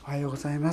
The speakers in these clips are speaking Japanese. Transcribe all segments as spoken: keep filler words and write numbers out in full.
おはようございます。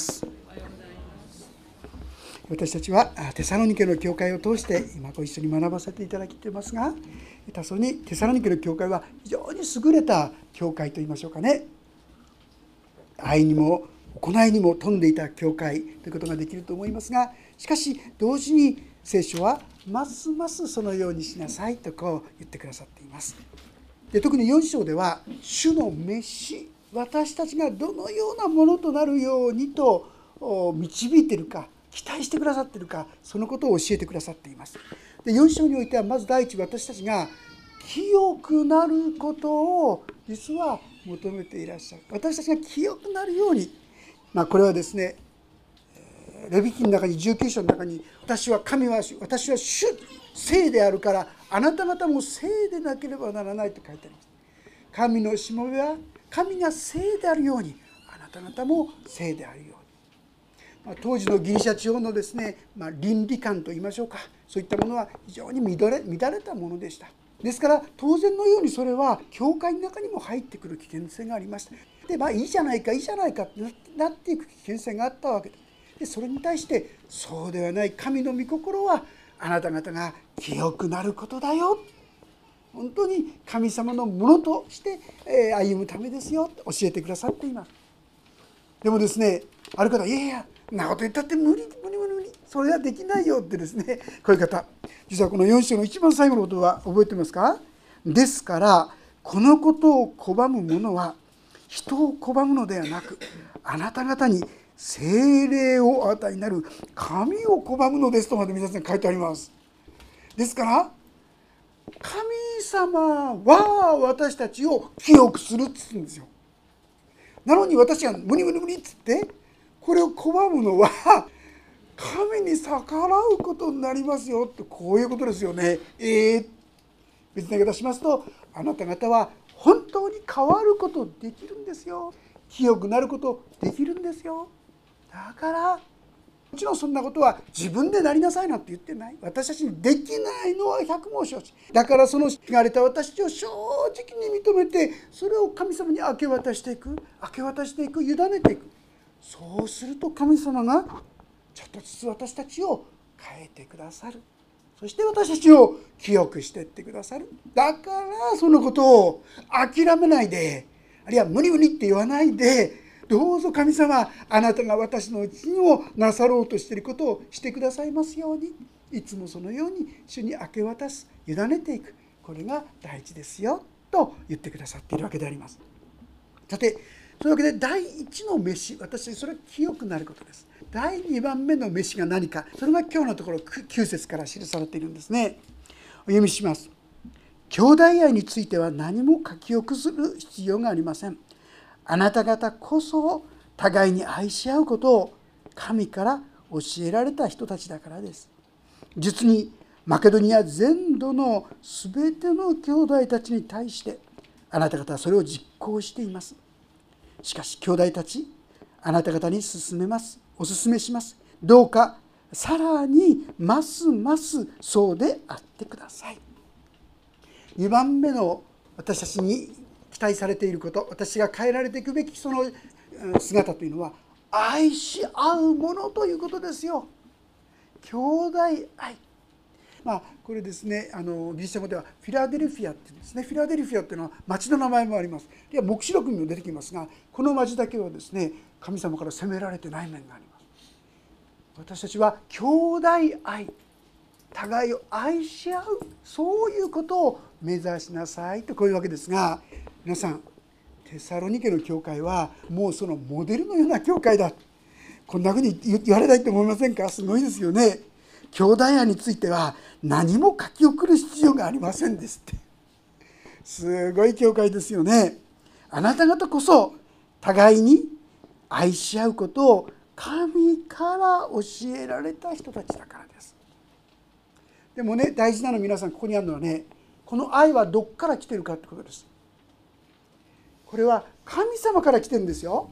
私たちはテサロニケの教会を通して今ご一緒に学ばせていただいていますが、テサロニケの教会は非常に優れた教会といいましょうかね。愛にも行いにも富んでいた教会ということができると思いますが、しかし同時に聖書はますますそのようにしなさいとこう言ってくださっています。で、特によん章では主の召し、私たちがどのようなものとなるようにと導いているか、期待してくださっているか、そのことを教えてくださっています。で、よん章においてはまず第一、私たちが清くなることを実は求めていらっしゃる。私たちが清くなるように、まあ、これはですね、レビ記の中にじゅうきゅう章の中に、私は神は私は主聖であるからあなた方も聖でなければならないと書いてあります。神のしもべは神が聖であるようにあなた方も聖であるように、まあ、当時のギリシャ地方のですね、まあ、倫理観といいましょうか、そういったものは非常に乱れ、乱れたものでした。ですから当然のようにそれは教会の中にも入ってくる危険性がありました。で、まあいいじゃないかいいじゃないかってなっていく危険性があったわけです。で、それに対してそうではない、神の御心はあなた方が清くなることだよ、本当に神様のものとして歩むためですよと教えてくださっています。でもですね、ある方、いやいやそんなこと言ったって無理無理無理無理、それはできないよってですね、こういう方、実はこのよん章の一番最後のことは覚えてますか？ですからこのことを拒む者は人を拒むのではなく、あなた方に聖霊をお与えになる神を拒むのですとまで皆さん書いてあります。ですから神様は私たちを清くするって言うんですよ。なのに私が無理無理無理って言ってこれを拒むのは神に逆らうことになりますよって、こういうことですよね。えー、別な言い方しますと、あなた方は本当に変わることできるんですよ。清くなることできるんですよ。だからもちろんそんなことは自分でなりなさいなんて言ってない。私たちにできないのは百も承知。だからその汚れた私たちを正直に認めて、それを神様に明け渡していく、明け渡していく、委ねていく。そうすると神様がちょっとずつ私たちを変えてくださる。そして私たちを清くしていってくださる。だからそのことを諦めないで、あるいは無理無理って言わないで、どうぞ神様、あなたが私のうちにもなさろうとしていることをしてくださいますように、いつもそのように主に明け渡す、委ねていく、これが大事ですよと言ってくださっているわけであります。さて、というわけで第一の召し、私それは清くなることです。第二番目の召しが何か、それが今日のところきゅう節から記されているんですね。お読みします。兄弟愛については何も書き憶する必要がありません。あなた方こそ互いに愛し合うことを神から教えられた人たちだからです。実にマケドニア全土のすべての兄弟たちに対してあなた方はそれを実行しています。しかし兄弟たち、あなた方に勧めます、お勧めします。どうかさらにますますそうであってください。にばんめの私たちに期待されていること、私が変えられていくべきその姿というのは愛し合うものということですよ。兄弟愛、まあこれですね、あのギリシャ語ではフィラデルフィアっていうんですね。フィラデルフィアっていうのは町の名前もあります。いや黙示録にも出てきますが、この町だけはですね、神様から責められてない面があります。私たちは兄弟愛、互いを愛し合う、そういうことを目指しなさいとこういうわけですが、皆さんテサロニケの教会はもうそのモデルのような教会だ、こんなふうに言われないと思いませんか？すごいですよね。兄弟愛については何も書き送る必要がありませんですって。すごい教会ですよね。あなた方こそ互いに愛し合うことを神から教えられた人たちだからです。でもね、大事なの皆さん、ここにあるのはね、この愛はどっから来てるかってことです。これは神様から来てるんですよ。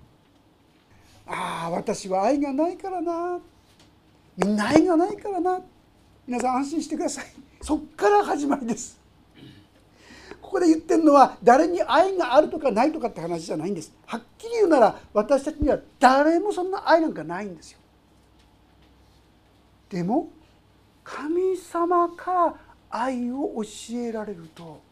ああ、私は愛がないからな、みんな愛がないからな、皆さん安心してください。そっから始まりです。ここで言ってるのは誰に愛があるとかないとかって話じゃないんです。はっきり言うなら私たちには誰もそんな愛なんかないんですよ。でも神様から愛を教えられると、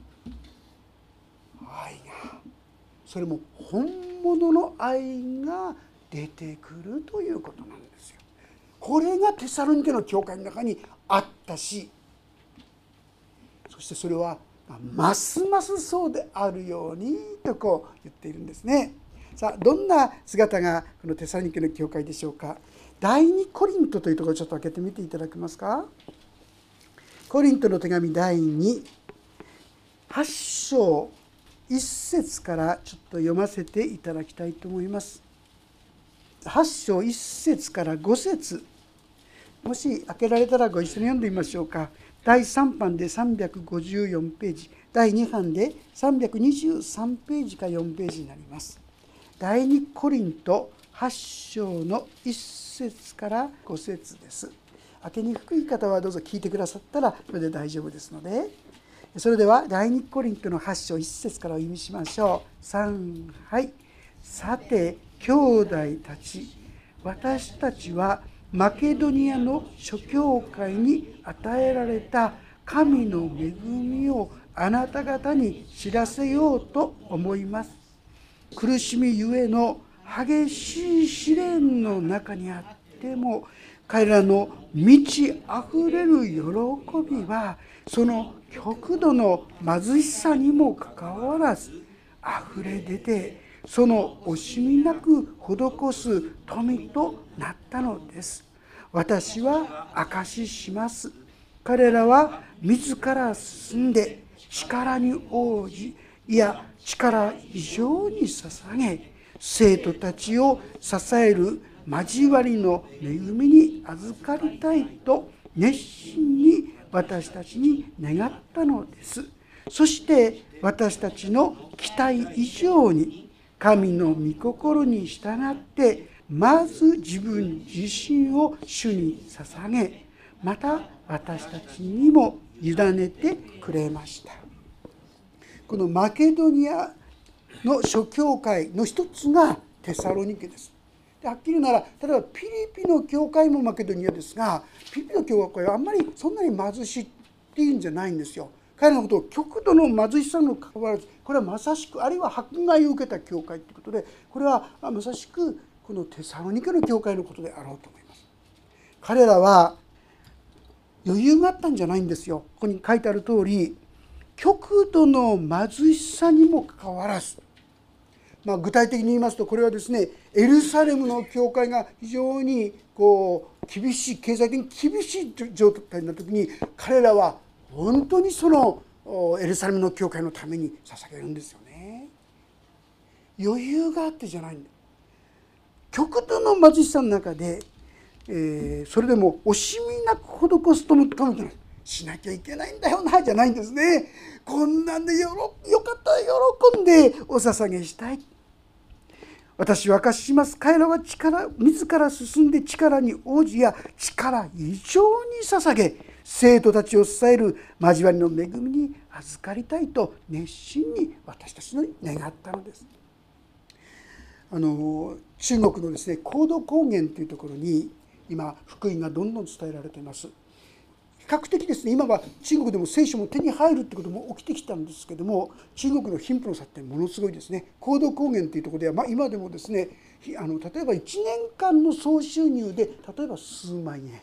愛がそれも本物の愛が出てくるということなんですよ。これがテサロニケの教会の中にあったし、そしてそれはますますそうであるようにとこう言っているんですね。さあ、どんな姿がこのテサロニケの教会でしょうか。第二コリントというところをちょっと開けてみていただけますか。コリントの手紙第に、はち章いっ節からちょっと読ませていただきたいと思います。はち章いっ節からご節、もし開けられたらご一緒に読んでみましょうか。だいさん版でさんびゃくごじゅうよんページ、だいに版でさんびゃくにじゅうさんページかよんページになります。第二コリントはち章のいっ節からご節です。開けにくい方はどうぞ聞いてくださったらそれで大丈夫ですので、それでは第二コリントのはち章いっ節からお読みしましょう。さん、はい。さて兄弟たち、私たちはマケドニアの諸教会に与えられた神の恵みをあなた方に知らせようと思います。苦しみゆえの激しい試練の中にあっても、彼らの満ちあふれる喜びはその極度の貧しさにもかかわらずあふれ出て、その惜しみなく施す富となったのです。私は証しします。彼らは自ら進んで力に応じ、いや力以上に捧げ、生徒たちを支える交わりの恵みに預かりたいと熱心に私たちに願ったのです。そして私たちの期待以上に神の御心に従ってまず自分自身を主に捧げ、また私たちにも委ねてくれました。このマケドニアの諸教会の一つがテサロニケです。ではっきり言うなら、例えばピリピの教会もマケドニアですが、ピリピの教会はあんまりそんなに貧しいっていうんじゃないんですよ。彼らのことを極度の貧しさの関わらず、これはまさしく、あるいは迫害を受けた教会ということで、これはまさしくこのテサロニケの教会のことであろうと思います。彼らは余裕があったんじゃないんですよ。ここに書いてある通り、極度の貧しさにもかかわらず、まあ、具体的に言いますと、これはですね、エルサレムの教会が非常にこう厳しい、経済的に厳しい状態になった時に、彼らは本当にそのエルサレムの教会のために捧げるんですよね。余裕があってじゃないんだ。極度の貧しさの中で、えー、それでも惜しみなく施すともともとしなきゃいけないんだよなじゃないんですね。こんなんでよろよかったら喜んでお捧げしたい。私は証しします。彼らは力自ら進んで力に応じや力以上に捧げ、生徒たちを支える交わりの恵みに預かりたいと熱心に私たちに願ったのです。あの中国のですね、黄土高原というところに今福音がどんどん伝えられています。比較的ですね、今は中国でも聖書も手に入るってことも起きてきたんですけども、中国の貧富の差ってものすごいですね。黄土高原というところでは、まあ、今でもですね、あの例えばいちねんかんの総収入で例えば数万円、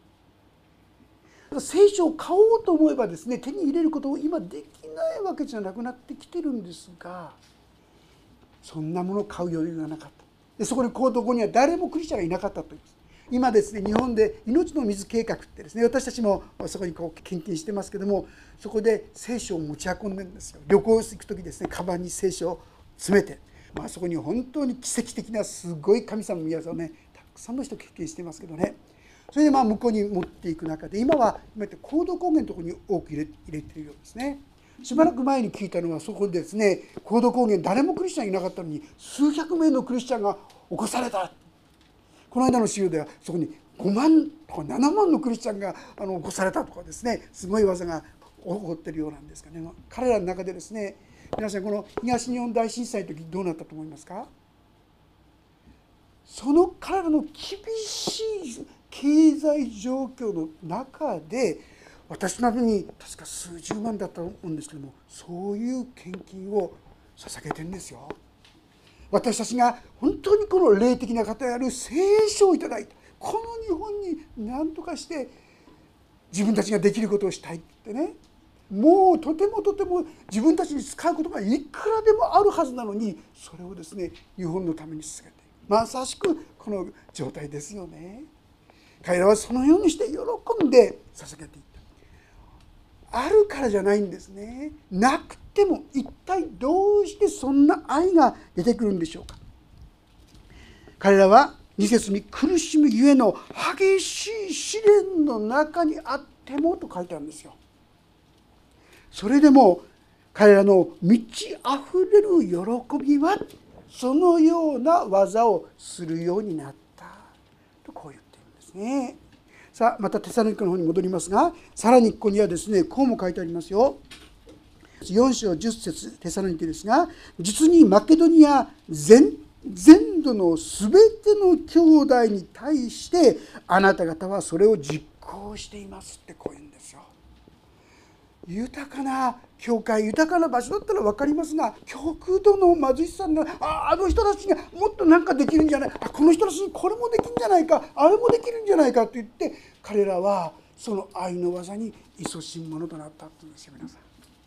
聖書を買おうと思えばですね、手に入れることを今できないわけじゃなくなってきてるんですが、そんなものを買う余裕がなかった。でそこに黄土高原には誰もクリスチャンがいなかったといいます。今ですね、日本で命の水計画ってですね、私たちもそこにこう献金してますけども、そこで聖書を持ち運んでるんですよ。旅行行く時ですね、カバンに聖書を詰めて、まあ、そこに本当に奇跡的なすごい神様の宮沢をね、たくさんの人経験してますけどね、それでまあ向こうに持っていく中で、今は今言って黄土高原のところに多く入れ、入れているようですね。しばらく前に聞いたのは、そこでですね、黄土高原誰もクリスチャンいなかったのに数百名のクリスチャンが起こされた。この間の資料ではそこにごまんとかななまんのクリスチャンがあの起こされたとかですね、すごい技が起こっているようなんですかね。彼らの中でですね、皆さんこの東日本大震災の時どうなったと思いますか？その彼らの厳しい経済状況の中で、私などに確か数十万だったと思うんですけども、そういう献金を捧げてるんですよ。私たちが本当にこの霊的な方である聖書をいただいて、この日本に何とかして自分たちができることをしたいってね、もうとてもとても自分たちに使うことがいくらでもあるはずなのに、それをですね日本のために捧げている、まさしくこの状態ですよね。彼らはそのようにして喜んで捧げていった。あるからじゃないんですね。なくても一体どうしてそんな愛が出てくるんでしょうか。彼らはに節に苦しむゆえの激しい試練の中にあってもと書いてあるんですよ。それでも彼らの満ちあふれる喜びはそのような技をするようになったとこう言っているんですね。さあまたテサロニケの方に戻りますが、さらにここにはですねこうも書いてありますよ。よん章じゅっ節テサロニケですが、実にマケドニア全全土のすべての兄弟に対してあなた方はそれを実行していますってこう言うんですよ。豊かな教会、豊かな場所だったら分かりますが、極度の貧しさのああの人たちがもっと何かできるんじゃない、あこの人たちにこれもできるんじゃないか、あれもできるんじゃないかと言って、彼らはその愛の技に勤しむものとなったというんですよ。皆さん、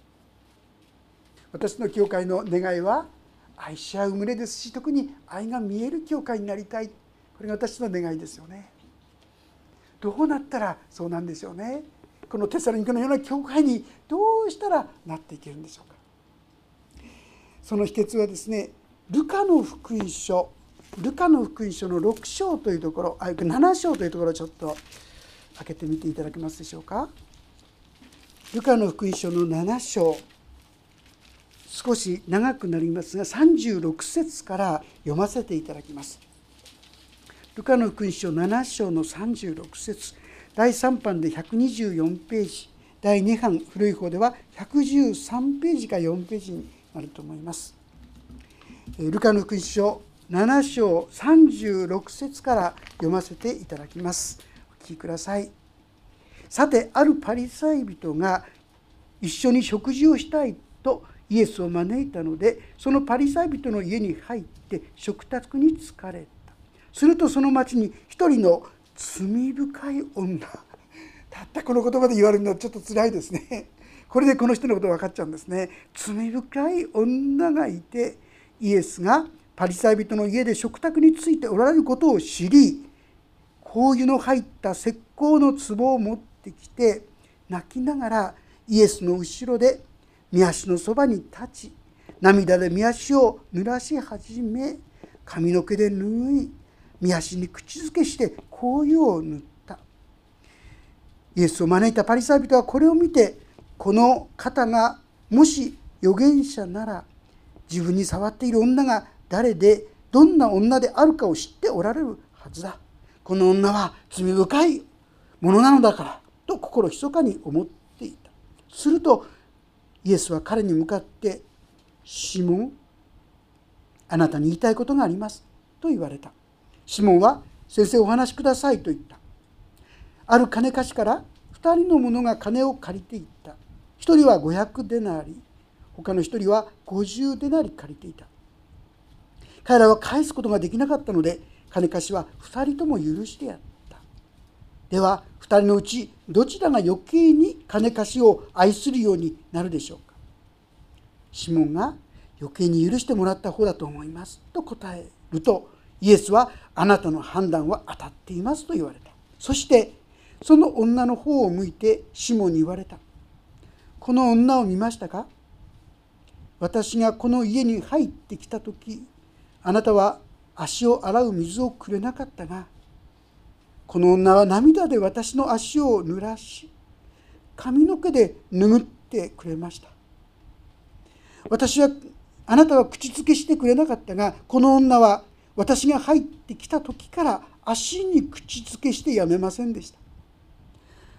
私の教会の願いは愛し合う群れですし、特に愛が見える教会になりたい、これが私の願いですよね。どうなったらそうなんでしょうね。このテサロニケのような教会にどうしたらなっていけるんでしょうか。その秘訣はですね、ルカの福音書ルカの福音書のろく章というところ、あなな章というところをちょっと開けてみていただけますでしょうか。ルカの福音書のなな章、少し長くなりますがさんじゅうろく節から読ませていただきます。ルカの福音書なな章のさんじゅうろく節、だいさん版でひゃくにじゅうよんページ、だいに版古い方ではひゃくじゅうさんページかよんページになると思います。ルカの福音書なな章さんじゅうろく節から読ませていただきます。お聞きください。さてあるパリサイ人が一緒に食事をしたいとイエスを招いたので、そのパリサイ人の家に入って食卓に疲れた。するとその町に一人の罪深い女、たったこの言葉で言われるのはちょっとつらいですね。これでこの人のこと分かっちゃうんですね。罪深い女がいて、イエスがパリサイ人の家で食卓についておられることを知り、香油の入った石膏の壺を持ってきて泣きながらイエスの後ろで御足のそばに立ち、涙で御足を濡らし始め、髪の毛で拭い、御足に口づけして香油を塗った。イエスを招いたパリサイ人はこれを見て、この方がもし預言者なら自分に触っている女が誰でどんな女であるかを知っておられるはずだ。この女は罪深いものなのだからと心ひそかに思っていた。するとイエスは彼に向かって、シモン、あなたに言いたいことがありますと言われた。シモンは、先生お話しくださいと言った。ある金貸しから二人の者が金を借りていった。一人は五百デナリ、他の一人は五十デナリ借りていた。彼らは返すことができなかったので、金貸しは二人とも許してやった。では二人のうちどちらが余計に金貸しを愛するようになるでしょうか。シモンが、余計に許してもらった方だと思いますと答えると、イエスは、あなたの判断は当たっていますと言われた。そしてその女の方を向いてシモンに言われた。この女を見ましたか。私がこの家に入ってきたとき、あなたは足を洗う水をくれなかったが、この女は涙で私の足を濡らし、髪の毛で拭ってくれました。私はあなたは口づけしてくれなかったが、この女は私が入ってきた時から足に口づけしてやめませんでした。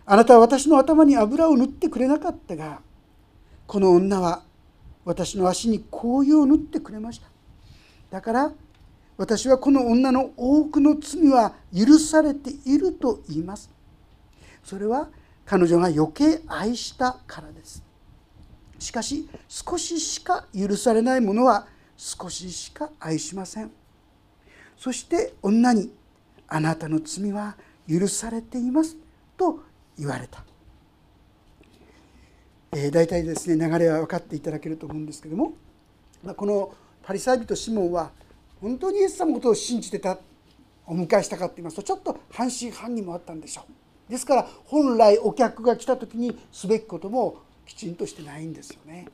あなたは私の頭に油を塗ってくれなかったが、この女は私の足に香油を塗ってくれました。だから私はこの女の多くの罪は許されていると言います。それは彼女が余計愛したからです。しかし少ししか許されないものは少ししか愛しません。そして女に、あなたの罪は許されていますと言われた。えー、大体ですね、流れは分かっていただけると思うんですけども、このパリサイ人シモンは本当にイエス様のことを信じてた、お迎えしたかって言いますと、ちょっと半信半疑もあったんでしょう。ですから本来お客が来た時にすべきこともきちんとしてないんですよね。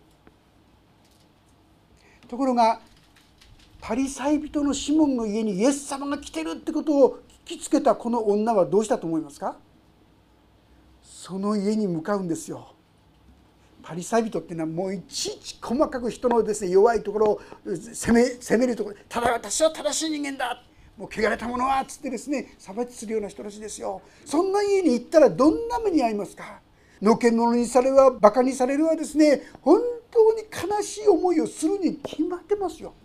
ところがパリサイ人のシモンの家にイエス様が来てるってことを聞きつけたこの女はどうしたと思いますか？その家に向かうんですよ。パリサイ人っていうのはもういちいち細かく人のですね、弱いところを責め、責めるところ、ただ私は正しい人間だ、もう汚れたものはつってですね、裁きするような人たちですよ。そんな家に行ったらどんな目に遭いますか？のけ者にされるわ、バカにされるわですね、本当に悲しい思いをするに決まってますよ。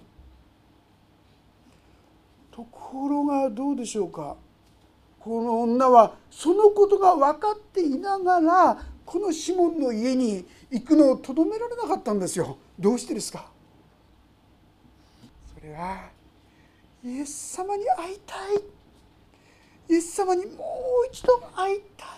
ところがどうでしょうか。この女はそのことが分かっていながらこのシモンの家に行くのをとどめられなかったんですよ。どうしてですか？それはイエス様に会いたい、イエス様にもう一度会いたい。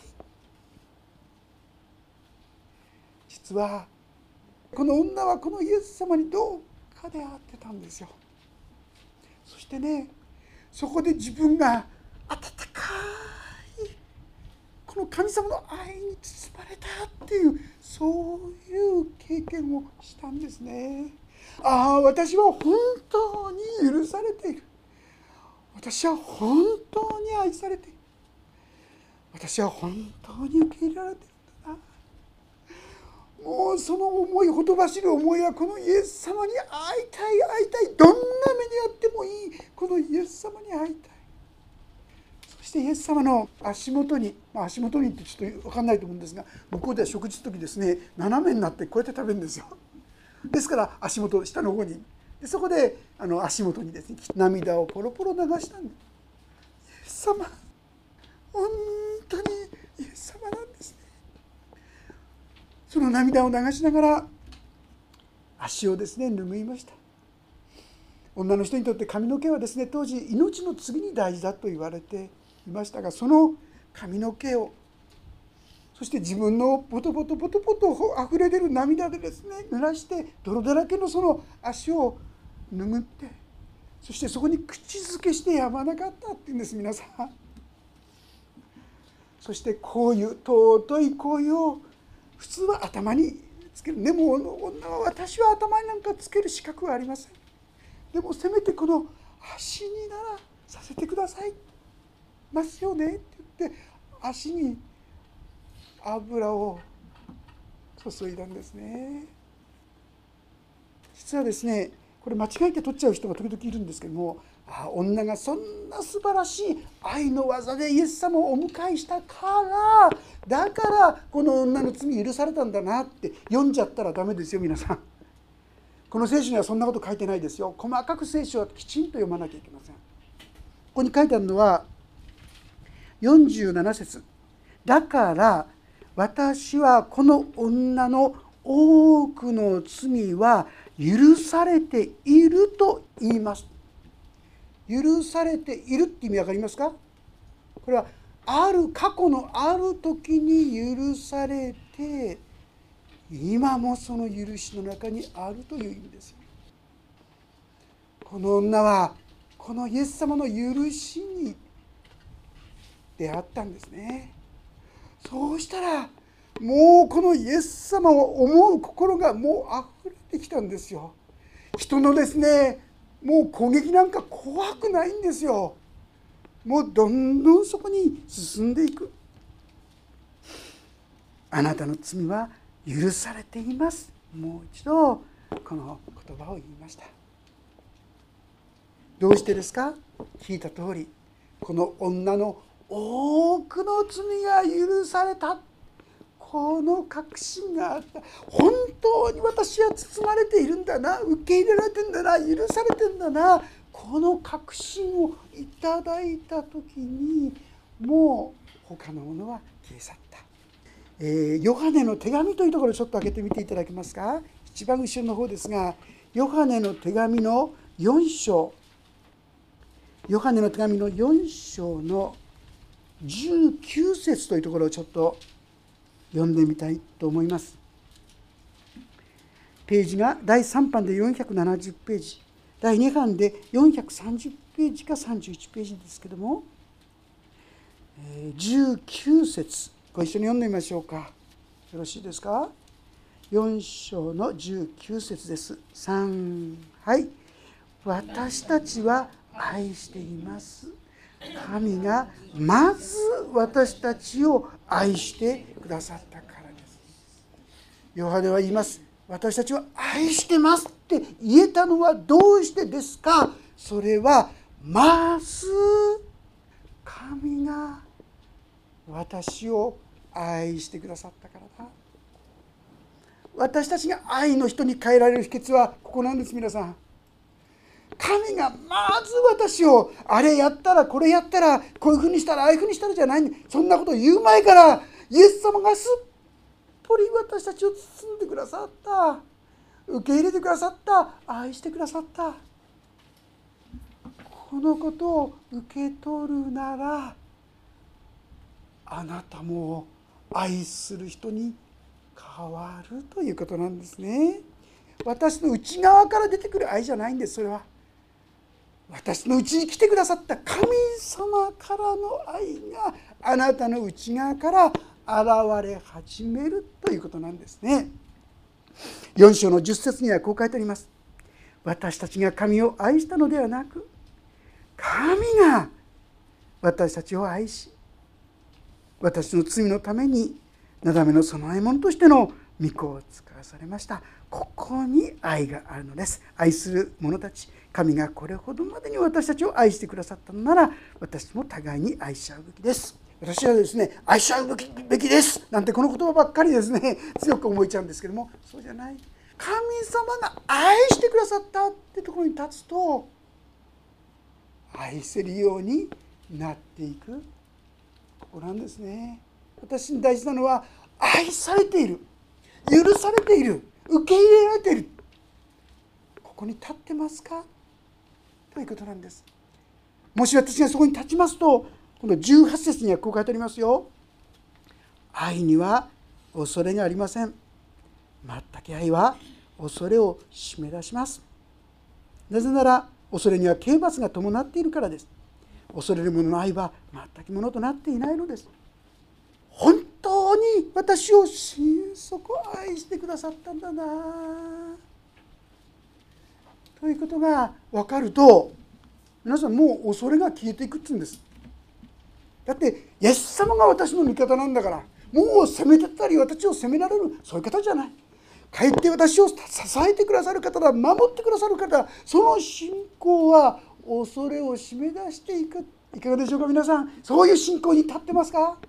実はこの女はこのイエス様にどうかで会ってたんですよ。そしてね、そこで自分が温かいこの神様の愛に包まれたっていう、そういう経験をしたんですね。ああ、私は本当に許されている、私は本当に愛されている、私は本当に受け入れられているんだな。もうその思い、ほとばしる思いはこのイエス様に会いたい、会いたい、どんな目にあってもいいこのイエス様に会いたい。そしてイエス様の足元に、まあ、足元にってちょっと分かんないと思うんですが、向こうでは食事の時ですね、斜めになってこうやって食べるんですよ。ですから足元、下の方に、でそこであの足元にですね、涙をポロポロ流したんです。イエス様、本当にイエス様なんですね。その涙を流しながら足をですね拭いました。女の人にとって髪の毛はですね、当時命の次に大事だと言われていましたが、その髪の毛を、そして自分のポトポトポトポトあふれ出る涙でですね濡らして、泥だらけのその足を拭って、そしてそこに口づけしてやまなかったっていうんです、皆さん。そして香油、尊い香油を普通は頭につける。でも女は、私は頭になんかつける資格はありません。でもせめてこの足にならさせてくださいますよねって言って、足に油を注いだんですね。実はですね、これ間違えて取っちゃう人が時々いるんですけども、ああ、女がそんな素晴らしい愛の技でイエス様をお迎えしたから、だからこの女の罪許されたんだなって読んじゃったらダメですよ、皆さん。この聖書にはそんなこと書いてないですよ。細かく聖書はきちんと読まなきゃいけません。ここに書いてあるのはよんじゅうなな節。だから私はこの女の多くの罪は許されていると言います。許されているって意味わかりますか？これはある、過去のある時に許されて、今もその許しの中にあるという意味ですよ。この女はこのイエス様の許しに出会ったんですね。そうしたらもうこのイエス様を思う心がもう溢れてきたんですよ。人のですね、もう攻撃なんか怖くないんですよ。もうどんどんそこに進んでいく。あなたの罪は許されています。もう一度この言葉を言いました。どうしてですか？聞いた通り、この女の多くの罪が許されたっこの確信があった。本当に私は包まれているんだな、受け入れられてんだな、許されてんだな、この確信をいただいた時に、もう他のものは消え去った。えー、ヨハネの手紙というところをちょっと開けてみていただけますか。一番後ろの方ですが、ヨハネの手紙のよん章、ヨハネの手紙のよん章のじゅうきゅう節というところをちょっと読んでみたいと思います。ページがだいさん版でよんひゃくななじゅうページ、だいに版でよんひゃくさんじゅうページかさんじゅういちページですけども、じゅうきゅう節ご一緒に読んでみましょうか。よろしいですか。よん章のじゅうきゅう節です。さん、はい。私たちは愛しています。神がまず私たちを愛してくださったからです。ヨハネは言います。私たちは愛してますって言えたのはどうしてですか。それはまず神が私を愛してくださったからだ。私たちが愛の人に変えられる秘訣はここなんです。皆さん、神がまず私をあれやったらこれやったらこういうふうにしたらああいうふうにしたらじゃない、そんなことを言う前からイエス様がすっぽり私たちを包んでくださった、受け入れてくださった、愛してくださった。このことを受け取るなら、あなたも愛する人に変わるということなんですね。私の内側から出てくる愛じゃないんです。それは私のうちに来てくださった神様からの愛があなたの内側から現れ始めるということなんですね。よん章のじゅっ節にはこう書いてあります。私たちが神を愛したのではなく、神が私たちを愛し、私の罪のためになだめの供え物としての御子を使わされました。ここに愛があるのです。愛する者たち、神がこれほどまでに私たちを愛してくださったのなら、私も互いに愛し合うべきです。私はですね、愛し合うべき、べきですなんてこの言葉ばっかりですね、強く思えちゃうんですけども、そうじゃない。神様が愛してくださったってところに立つと、愛せるようになっていく。ここなんですね。私に大事なのは、愛されている、許されている、受け入れられている、ここに立ってますかということなんです。もし私がそこに立ちますと、このじゅうはち節にはこう書いてありますよ。愛には恐れがありません。全く愛は恐れを締め出します。なぜなら恐れには刑罰が伴っているからです。恐れる者の愛は全くものとなっていないのです。本当に私を心底愛してくださったんだなということが分かると、皆さんもう恐れが消えていくって言うんです。だってイエス様が私の味方なんだから、もう責めてたり私を責められるそういう方じゃない。かえって私を支えてくださる方だ、守ってくださる方、その信仰は恐れを締め出していく。いかがでしょうか皆さん、そういう信仰に立ってますか。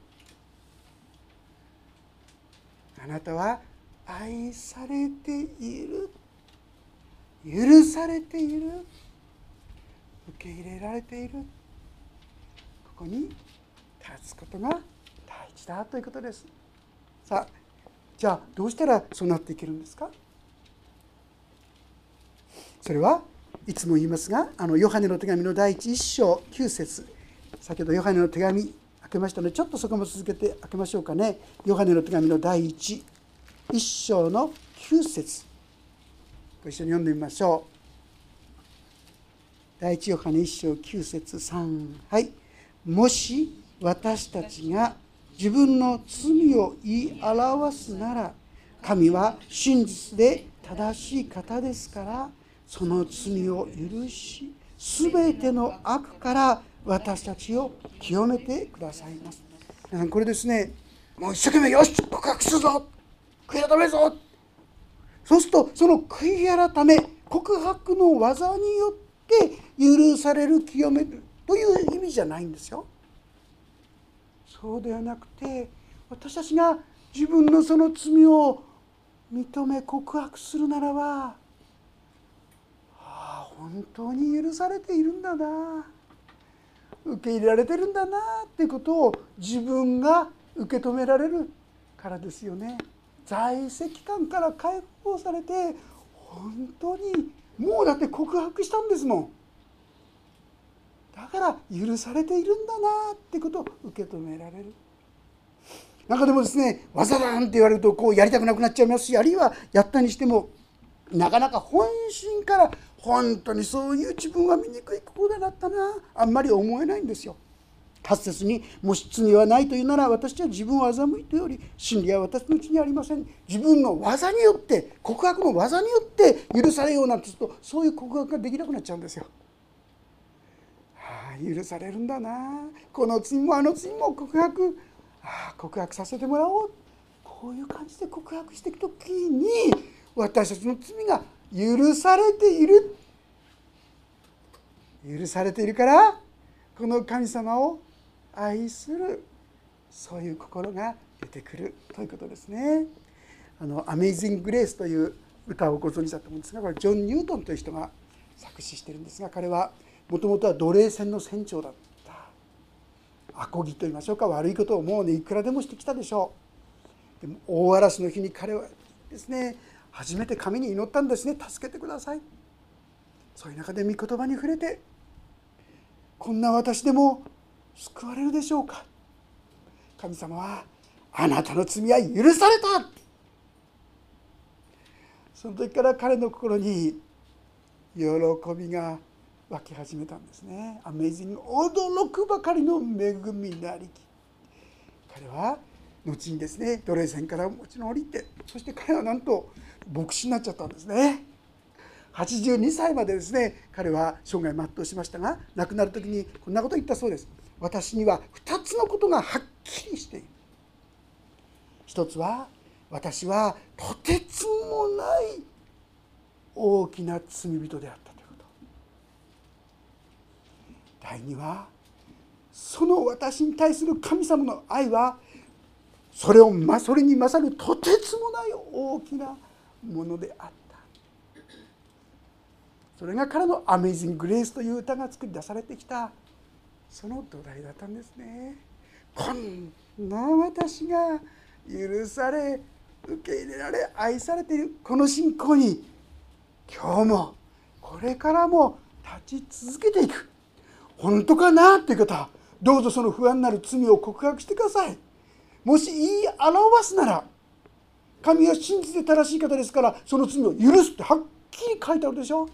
あなたは愛されている、許されている、受け入れられている、ここに立つことが大事だということです。さあ、じゃあどうしたらそうなっていけるんですか。それはいつも言いますが、あのヨハネの手紙の第一章きゅう節、先ほどヨハネの手紙開けましたので、ちょっとそこも続けて開けましょうかね。ヨハネの手紙の第一一章のきゅう節、ご一緒に読んでみましょう。第一ヨハネ一章きゅう節、さん、はい。もし私たちが自分の罪を言い表すなら、神は真実で正しい方ですから、その罪を許し、すべての悪から私たちを清めてくださいます。皆さん、これですね、もう一生懸命よし告白するぞ、悔い改めるぞ。そうするとその悔い改め、告白の技によって許される、清めるという意味じゃないんですよ。そうではなくて、私たちが自分のその罪を認め告白するならば、ああ本当に許されているんだな、受け入れられてるんだなっていうことを自分が受け止められるからですよね。在籍感から解放されて、本当にもうだって告白したんですもん。だから許されているんだなってことを受け止められる。なんかでもですね、技だんって言われるとこうやりたくなくなっちゃいますし、あるいはやったにしてもなかなか本心から本当にそういう自分は醜い心だったな、あんまり思えないんですよ。はち節に、もし罪はないというなら私は自分を欺いており、真理は私のうちにありません。自分の技によって、告白の技によって許されようなんてすると、そういう告白ができなくなっちゃうんですよ。ああ許されるんだな、この罪もあの罪も告白、ああ告白させてもらおう、こういう感じで告白していくときに私たちの罪が許されている、許されているからこの神様を愛する、そういう心が出てくるということですね。あのアメイジング・グレースという歌をご存知だと思うんですが、これジョン・ニュートンという人が作詞しているんですが、彼はもともとは奴隷船の船長だった。アコギといいましょうか、悪いことをもうねいくらでもしてきたでしょう。でも大嵐の日に彼はですね、初めて神に祈ったんですね。助けてください。そういう中で御言葉に触れて、こんな私でも救われるでしょうか。神様はあなたの罪は許された。その時から彼の心に喜びが湧き始めたんですね。アメイジング、驚くばかりの恵みなりき。彼は後にですね、奴隷船からもちろん降りて、そして彼はなんと牧師になっちゃったんですね。はちじゅうにさいまでですね、彼は生涯全うしましたが、亡くなる時にこんなことを言ったそうです。私にはふたつのことがはっきりしている。一つは、私はとてつもない大きな罪人であったということ。第二は、その私に対する神様の愛はそれをそれに勝るとてつもない大きなものであった。それが彼のアメイジング・グレースという歌が作り出されてきたその土台だったんですね。こんな私が許され、受け入れられ、愛されているこの信仰に、今日もこれからも立ち続けていく。本当かなという方、どうぞその不安なる罪を告白してください。もし言い表すなら、神は真実で正しい方ですから、その罪を許すってはっきり書いてあるでしょ。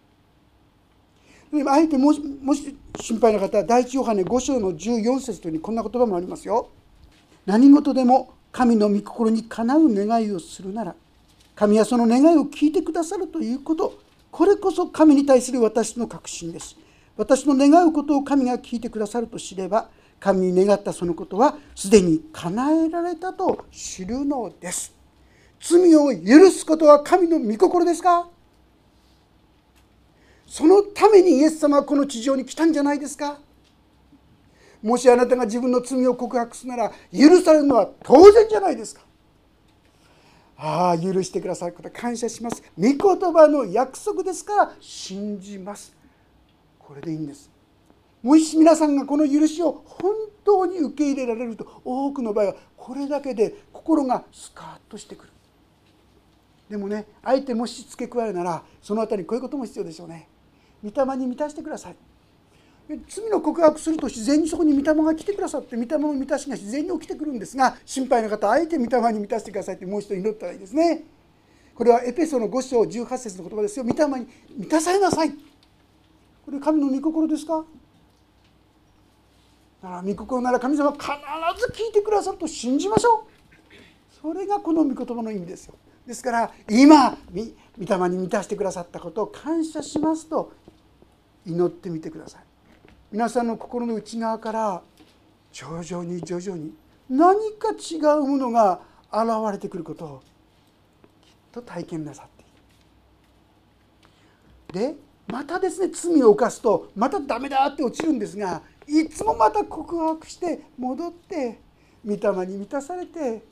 あえてもし、もし心配な方は第一ヨハネご章のじゅうよん節というにこんな言葉もありますよ。何事でも神の御心にかなう願いをするなら、神はその願いを聞いてくださるということ、これこそ神に対する私の確信です。私の願うことを神が聞いてくださると知れば、神に願ったそのことはすでに叶えられたと知るのです。罪を許すことは神の御心ですか？そのためにイエス様はこの地上に来たんじゃないですか？もしあなたが自分の罪を告白するなら、許されるのは当然じゃないですか。ああ、許してくださること感謝します。御言葉の約束ですから信じます。これでいいんです。もし皆さんがこの許しを本当に受け入れられると、多くの場合はこれだけで心がスカッとしてくる。でもね、あえてもし付け加えるなら、そのあたりにこういうことも必要でしょうね。御霊に満たしてください。罪の告白すると自然にそこに御霊が来てくださって、御霊の満たしが自然に起きてくるんですが、心配な方はあえて御霊に満たしてくださいってもう一度祈ったらいいですね。これはエペソのご章じゅうはち節の言葉ですよ。御霊に満たされなさい。これ神の御心ですか？だから御心なら神様は必ず聞いてくださると信じましょう。それがこの御言葉の意味ですよ。ですから今御霊に満たしてくださったことを感謝しますと祈ってみてください。皆さんの心の内側から徐々に徐々に何か違うものが現れてくることをきっと体験なさっている。でまたですね、罪を犯すとまたダメだって落ちるんですが、いつもまた告白して戻って御霊に満たされて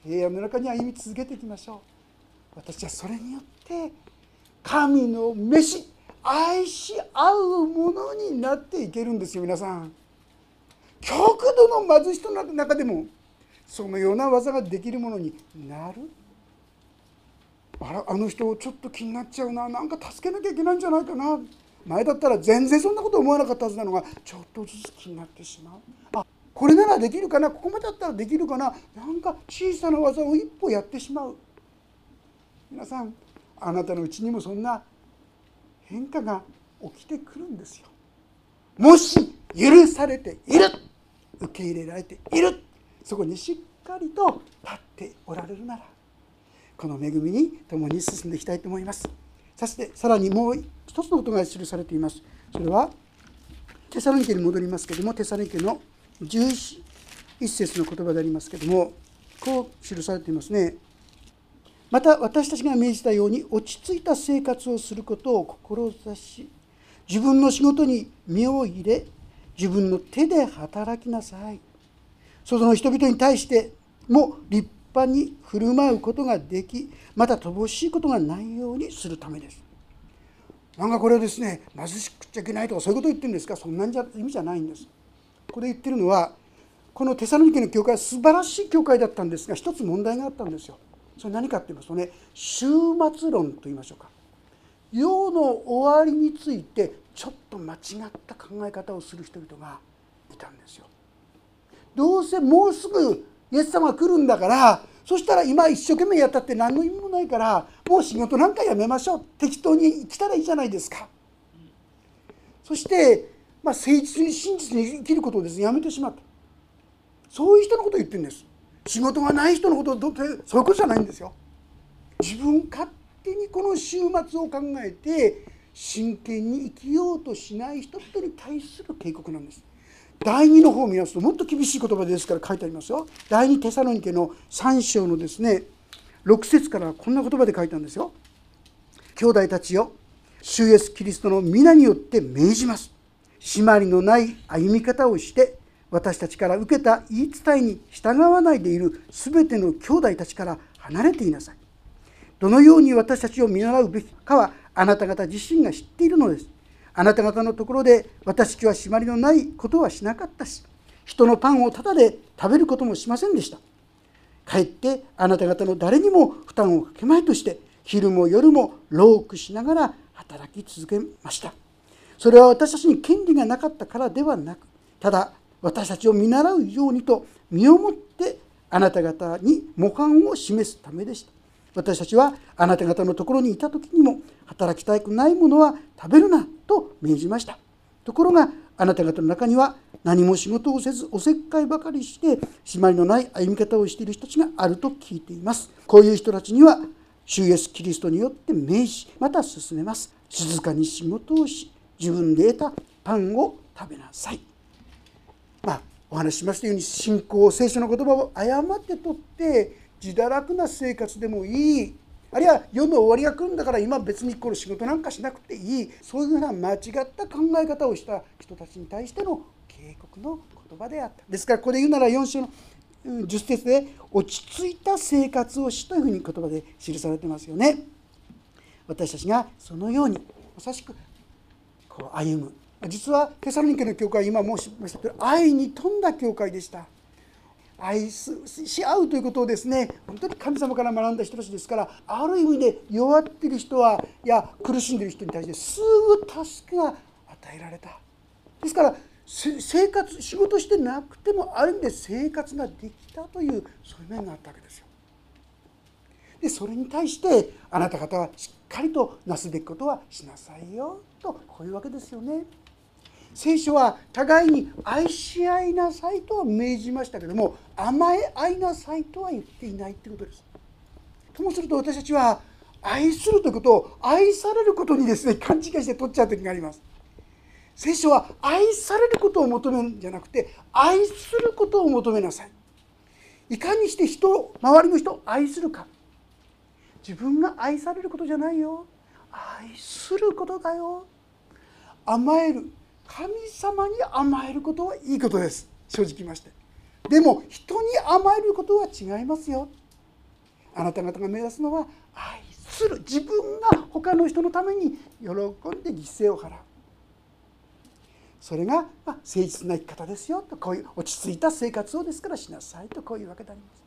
平安の中に歩み続けていきましょう。私はそれによって神の召し愛し合うものになっていけるんですよ。皆さん、極度の貧しさの中でもそのような技ができるものになる。あら、あの人ちょっと気になっちゃうな、なんか助けなきゃいけないんじゃないかな、前だったら全然そんなこと思わなかったはずなのがちょっとずつ気になってしまう。あ、これならできるかな、ここまでだったらできるかな、なんか小さな技を一歩やってしまう。皆さん、あなたのうちにもそんな変化が起きてくるんですよ。もし許されている、受け入れられている、そこにしっかりと立っておられるなら、この恵みに共に進んでいきたいと思います。そしてさらにもう一つのことが記されています。それはテサロニケに戻りますけれども、テサロニケのじゅういっ節の言葉でありますけれども、こう記されていますね。また私たちが命じたように落ち着いた生活をすることを志し、自分の仕事に身を入れ、自分の手で働きなさい。その人々に対しても立派に振る舞うことができ、また乏しいことがないようにするためです。なんかこれはですね、貧しくちゃいけないとかそういうことを言ってるんですか？そんな意味じゃないんです。ここで言ってるのは、このテサロニケの教会は素晴らしい教会だったんですが、一つ問題があったんですよ。それ何かって言いますとね、終末論と言いましょうか。世の終わりについてちょっと間違った考え方をする人々がいたんですよ。どうせもうすぐイエス様が来るんだから、そしたら今一生懸命やったって何の意味もないから、もう仕事なんかやめましょう、適当に生きたらいいじゃないですか。そして、まあ、誠実に真実に生きることをですね、やめてしまった。そういう人のことを言ってるんです。仕事がない人のことをどうそういうことじゃないんですよ。自分勝手にこの終末を考えて真剣に生きようとしない人々に対する警告なんです。第二の方を見ますともっと厳しい言葉ですから書いてありますよ。第二テサロニケのさん章のですねろく節からこんな言葉で書いたんですよ。兄弟たちよ、主イエスキリストの皆によって命じます。締まりのない歩み方をして私たちから受けた言い伝えに従わないでいるすべての兄弟たちから離れていなさい。どのように私たちを見習うべきかはあなた方自身が知っているのです。あなた方のところで私たちは締まりのないことはしなかったし、人のパンをただで食べることもしませんでした。かえってあなた方の誰にも負担をかけまいとして昼も夜も労苦しながら働き続けました。それは私たちに権利がなかったからではなく、ただ私たちを見習うようにと身をもってあなた方に模範を示すためでした。私たちはあなた方のところにいた時にも働きたくないものは食べるなと命じました。ところがあなた方の中には何も仕事をせずおせっかいばかりして締まりのない歩み方をしている人たちがあると聞いています。こういう人たちには主イエスキリストによって命じ、また進めます。静かに仕事をし、自分で得たパンを食べなさい。まあお話ししましたように、信仰聖書の言葉を誤って取って自堕落な生活でもいい、あるいは世の終わりが来るんだから今別にこの仕事なんかしなくていい、そういうふうな間違った考え方をした人たちに対しての警告の言葉であった。ですからここで言うならよん章のじゅっ節で落ち着いた生活をしというふうに言葉で記されてますよね。私たちがそのようにまさしくこう歩む。実はテサロニケの教会は今申しましたけど愛に富んだ教会でした。愛し合うということをですね、本当に神様から学んだ人たちですから、ある意味で弱っている人はいや苦しんでいる人に対してすぐ助けが与えられた。ですから生活仕事してなくてもある意味で生活ができたというそういう面があったわけですよ。でそれに対してあなた方はしっかりとなすべきことはしなさいよとこういうわけですよね。聖書は互いに愛し合いなさいとは命じましたけども、甘え合いなさいとは言っていないということです。ともすると私たちは愛するということを愛されることにですね勘違いして取っちゃう時があります。聖書は愛されることを求めるんじゃなくて愛することを求めなさい。いかにして人周りの人を愛するか。自分が愛されることじゃないよ、愛することだよ。甘える、神様に甘えることはいいことです、正直言いまして。でも人に甘えることは違いますよ。 あなた方が目指すのは愛する、自分が他の人のために喜んで犠牲を払う、それが、まあ、誠実な生き方ですよと、こういう落ち着いた生活をですからしなさいと、こういうわけであります。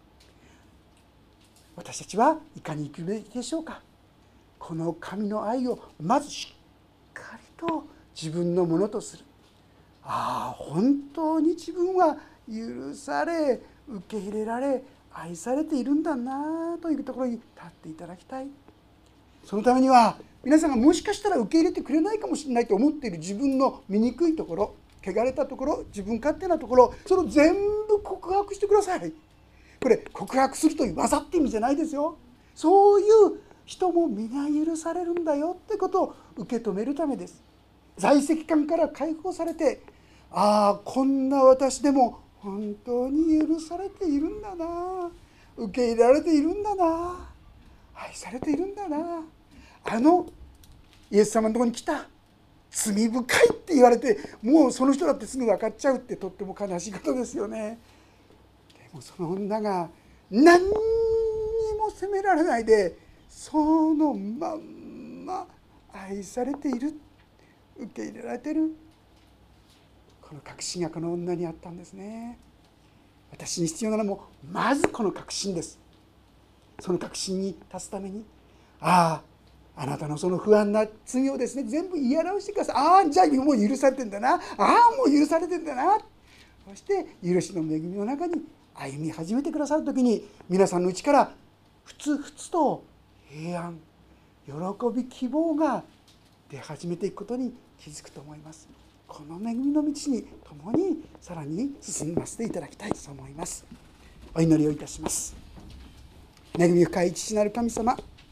私たちはいかに生きるべきでしょうか。この神の愛をまずしっかりと自分のものとする。ああ、本当に自分は許され、受け入れられ、愛されているんだなというところに立っていただきたい。そのためには皆さんがもしかしたら受け入れてくれないかもしれないと思っている自分の醜いところ、汚れたところ、自分勝手なところ、それを全部告白してください。これ告白するという技って意味じゃないですよ。そういう人も皆許されるんだよってことを受け止めるためです。在籍感から解放されて、ああ、こんな私でも本当に許されているんだな、受け入れられているんだな、愛されているんだな、あのイエス様のところに来た罪深いって言われて、もうその人だってすぐ分かっちゃうって、とっても悲しいことですよね。でもその女が何にも責められないで、そのまんま愛されている、受け入れられている、この確信がこの女にあったんですね。私に必要なのもまずこの確信です。その確信に立つために、ああ、あなたのその不安な罪をですね、全部言い表してください。ああ、じゃあもう許されてんだな、ああ、もう許されてんだな。そして許しの恵みの中に歩み始めてくださるときに、皆さんのうちからふつふつと平安、喜び、希望が出始めていくことに気づくと思います。この恵みの道に共にさらに進ませていただきたいと思います。お祈りをいたします。恵み深い父なる神様、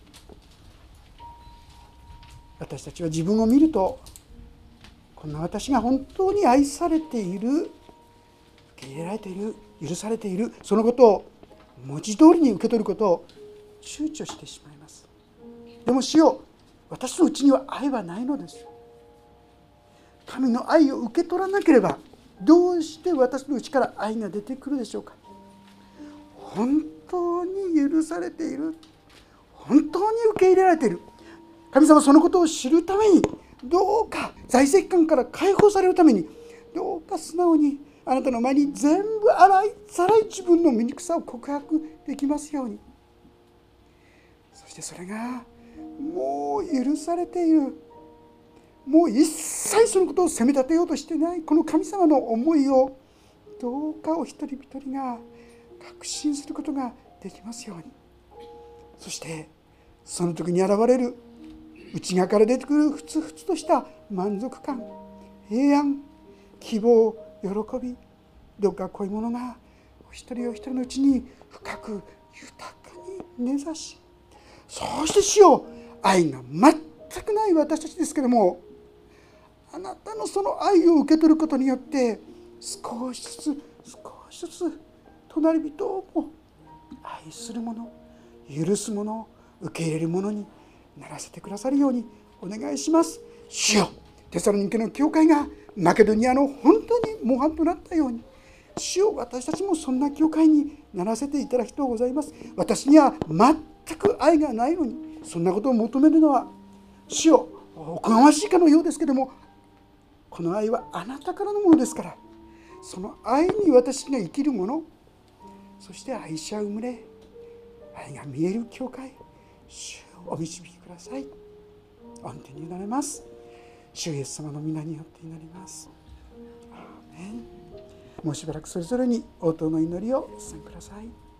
私たちは自分を見ると、こんな私が本当に愛されている、受け入れられている、許されている、そのことを文字通りに受け取ることを躊躇してしまいます。でも主よ、私のうちには愛はないのです。神の愛を受け取らなければ、どうして私のうちから愛が出てくるでしょうか。本当に許されている、本当に受け入れられている、神様、そのことを知るために、どうか在籍感から解放されるために、どうか素直にあなたの前に全部洗いざらい自分の醜さを告白できますように。そしてそれがもう許されている、もう一切そのことを責め立てようとしていないこの神様の思いを、どうかお一人一人が確信することができますように。そしてその時に現れる内側から出てくるふつふつとした満足感、平安、希望、喜び、どうかこういうものがお一人お一人のうちに深く豊かに根ざし、そして主よ、愛が全くない私たちですけれども、あなたのその愛を受け取ることによって、少しずつ少しずつ隣人をも愛するもの、許すもの、受け入れるものにならせてくださるようにお願いします。主よ、テサロニケの教会がマケドニアの本当に模範となったように、主よ、私たちもそんな教会にならせていただきとうございます。私には全く愛がないのに、そんなことを求めるのは主よ、おこがましいかのようですけれども、この愛はあなたからのものですから、その愛に私が生きるもの、そして愛し合う群れ、愛が見える教会、主をお導きください。御手に委ねます。主イエス様の皆によって祈ります。アーメン。もうしばらくそれぞれに応答の祈りをお捧げください。